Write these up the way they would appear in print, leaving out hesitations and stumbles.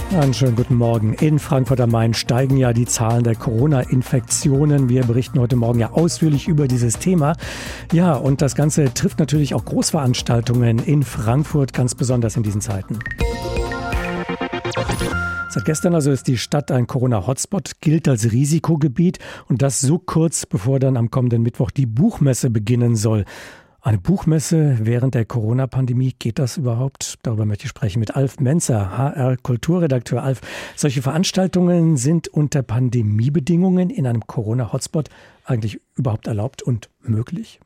Einen schönen guten Morgen. In Frankfurt am Main steigen ja die Zahlen der Corona-Infektionen. Wir berichten heute Morgen ja ausführlich über dieses Thema. Ja, und das Ganze trifft natürlich auch Großveranstaltungen in Frankfurt, ganz besonders in diesen Zeiten. Seit gestern also ist die Stadt ein Corona-Hotspot, gilt als Risikogebiet und das so kurz, bevor dann am kommenden Mittwoch die Buchmesse beginnen soll. Eine Buchmesse während der Corona-Pandemie, geht das überhaupt? Darüber möchte ich sprechen mit Alf Menzer, HR-Kulturredakteur. Alf, solche Veranstaltungen sind unter Pandemiebedingungen in einem Corona-Hotspot eigentlich überhaupt erlaubt und möglich?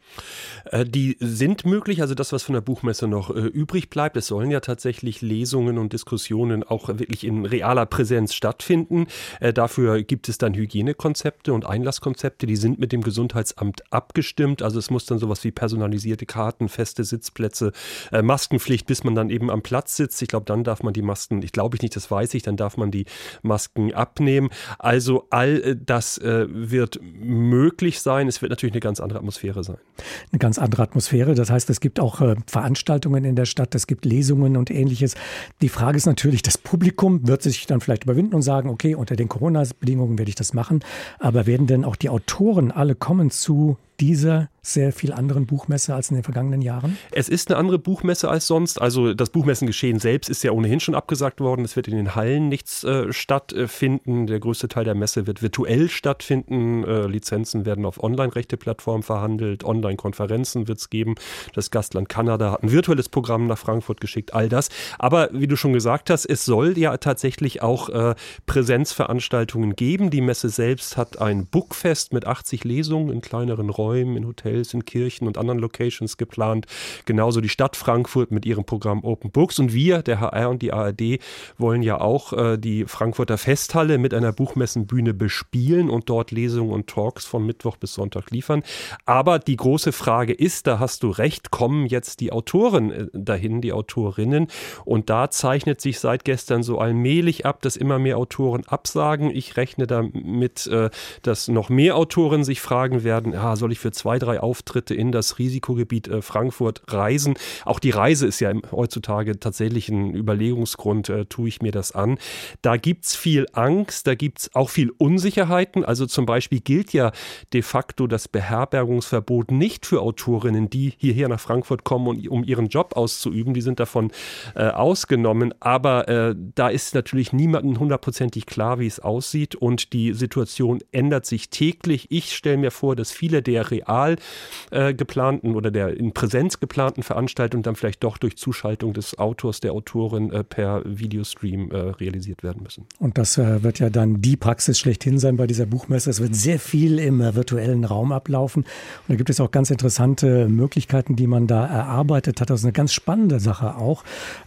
Die sind möglich, also das, was von der Buchmesse noch übrig bleibt. Es sollen ja tatsächlich Lesungen und Diskussionen auch wirklich in realer Präsenz stattfinden. Dafür gibt es dann Hygienekonzepte und Einlasskonzepte, die sind mit dem Gesundheitsamt abgestimmt. Also es muss dann sowas wie personalisierte Karten, feste Sitzplätze, Maskenpflicht, bis man dann eben am Platz sitzt. Ich glaube, dann darf man die Masken, das weiß ich, dann darf man die Masken abnehmen. Also all das wird möglich sein. Es wird natürlich eine ganz andere Atmosphäre sein. Eine ganz andere Atmosphäre. Das heißt, es gibt auch Veranstaltungen in der Stadt, es gibt Lesungen und Ähnliches. Die Frage ist natürlich, das Publikum wird sich dann vielleicht überwinden und sagen, okay, unter den Corona-Bedingungen werde ich das machen. Aber werden denn auch die Autoren alle kommen zu dieser sehr viel anderen Buchmesse als in den vergangenen Jahren? Es ist eine andere Buchmesse als sonst. Also das Buchmessengeschehen selbst ist ja ohnehin schon abgesagt worden. Es wird in den Hallen nichts stattfinden. Der größte Teil der Messe wird virtuell stattfinden. Lizenzen werden auf Online-Rechte-Plattformen verhandelt. Online-Konferenzen wird es geben. Das Gastland Kanada hat ein virtuelles Programm nach Frankfurt geschickt. All das. Aber wie du schon gesagt hast, es soll ja tatsächlich auch Präsenzveranstaltungen geben. Die Messe selbst hat ein Bookfest mit 80 Lesungen in kleineren Räumen, in Hotels, in Kirchen und anderen Locations geplant. Genauso die Stadt Frankfurt mit ihrem Programm Open Books. Und wir, der HR und die ARD, wollen ja auch die Frankfurter Festhalle mit einer Buchmessenbühne bespielen und dort Lesungen und Talks von Mittwoch bis Sonntag liefern. Aber die große Frage ist, da hast du recht, kommen jetzt die Autoren dahin, die Autorinnen? Und da zeichnet sich seit gestern so allmählich ab, dass immer mehr Autoren absagen. Ich rechne damit, dass noch mehr Autoren sich fragen werden, soll ich für 2, 3 Auftritte in das Risikogebiet Frankfurt reisen? Auch die Reise ist ja heutzutage tatsächlich ein Überlegungsgrund, tue ich mir das an. Da gibt es viel Angst, da gibt es auch viel Unsicherheiten. Also zum Beispiel gilt ja de facto das Beherbergungsverbot nicht für Autorinnen, die hierher nach Frankfurt kommen, um ihren Job auszuüben. Die sind davon ausgenommen. Aber da ist natürlich niemandem hundertprozentig klar, wie es aussieht. Und die Situation ändert sich täglich. Ich stelle mir vor, dass viele der real geplanten oder der in Präsenz geplanten Veranstaltungen dann vielleicht doch durch Zuschaltung des Autors, der Autorin per Videostream realisiert werden müssen. Und das wird ja dann die Praxis schlechthin sein bei dieser Buchmesse. Es wird sehr viel im virtuellen Raum ablaufen. Und da gibt es auch ganz interessante Möglichkeiten, die man da erarbeitet hat. Das ist eine ganz spannende Sache auch.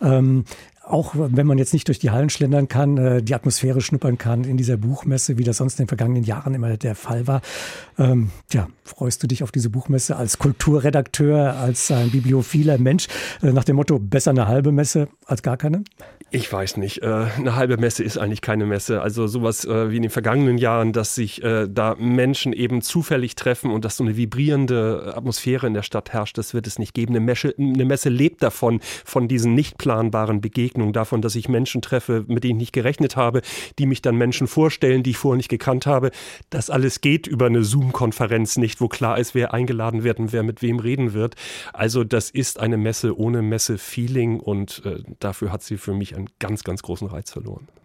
Auch wenn man jetzt nicht durch die Hallen schlendern kann, die Atmosphäre schnuppern kann in dieser Buchmesse, wie das sonst in den vergangenen Jahren immer der Fall war. Freust du dich auf diese Buchmesse als Kulturredakteur, als ein bibliophiler Mensch, nach dem Motto, besser eine halbe Messe als gar keine? Ich weiß nicht. Eine halbe Messe ist eigentlich keine Messe. Also sowas wie in den vergangenen Jahren, dass sich da Menschen eben zufällig treffen und dass so eine vibrierende Atmosphäre in der Stadt herrscht, das wird es nicht geben. Eine Messe lebt davon, von diesen nicht planbaren Begegnungen, davon, dass ich Menschen treffe, mit denen ich nicht gerechnet habe, die mich dann Menschen vorstellen, die ich vorher nicht gekannt habe. Das alles geht über eine Zoom-Konferenz nicht, wo klar ist, wer eingeladen wird und wer mit wem reden wird. Also das ist eine Messe ohne Messe-Feeling und dafür hat sie für mich einen ganz, ganz großen Reiz verloren.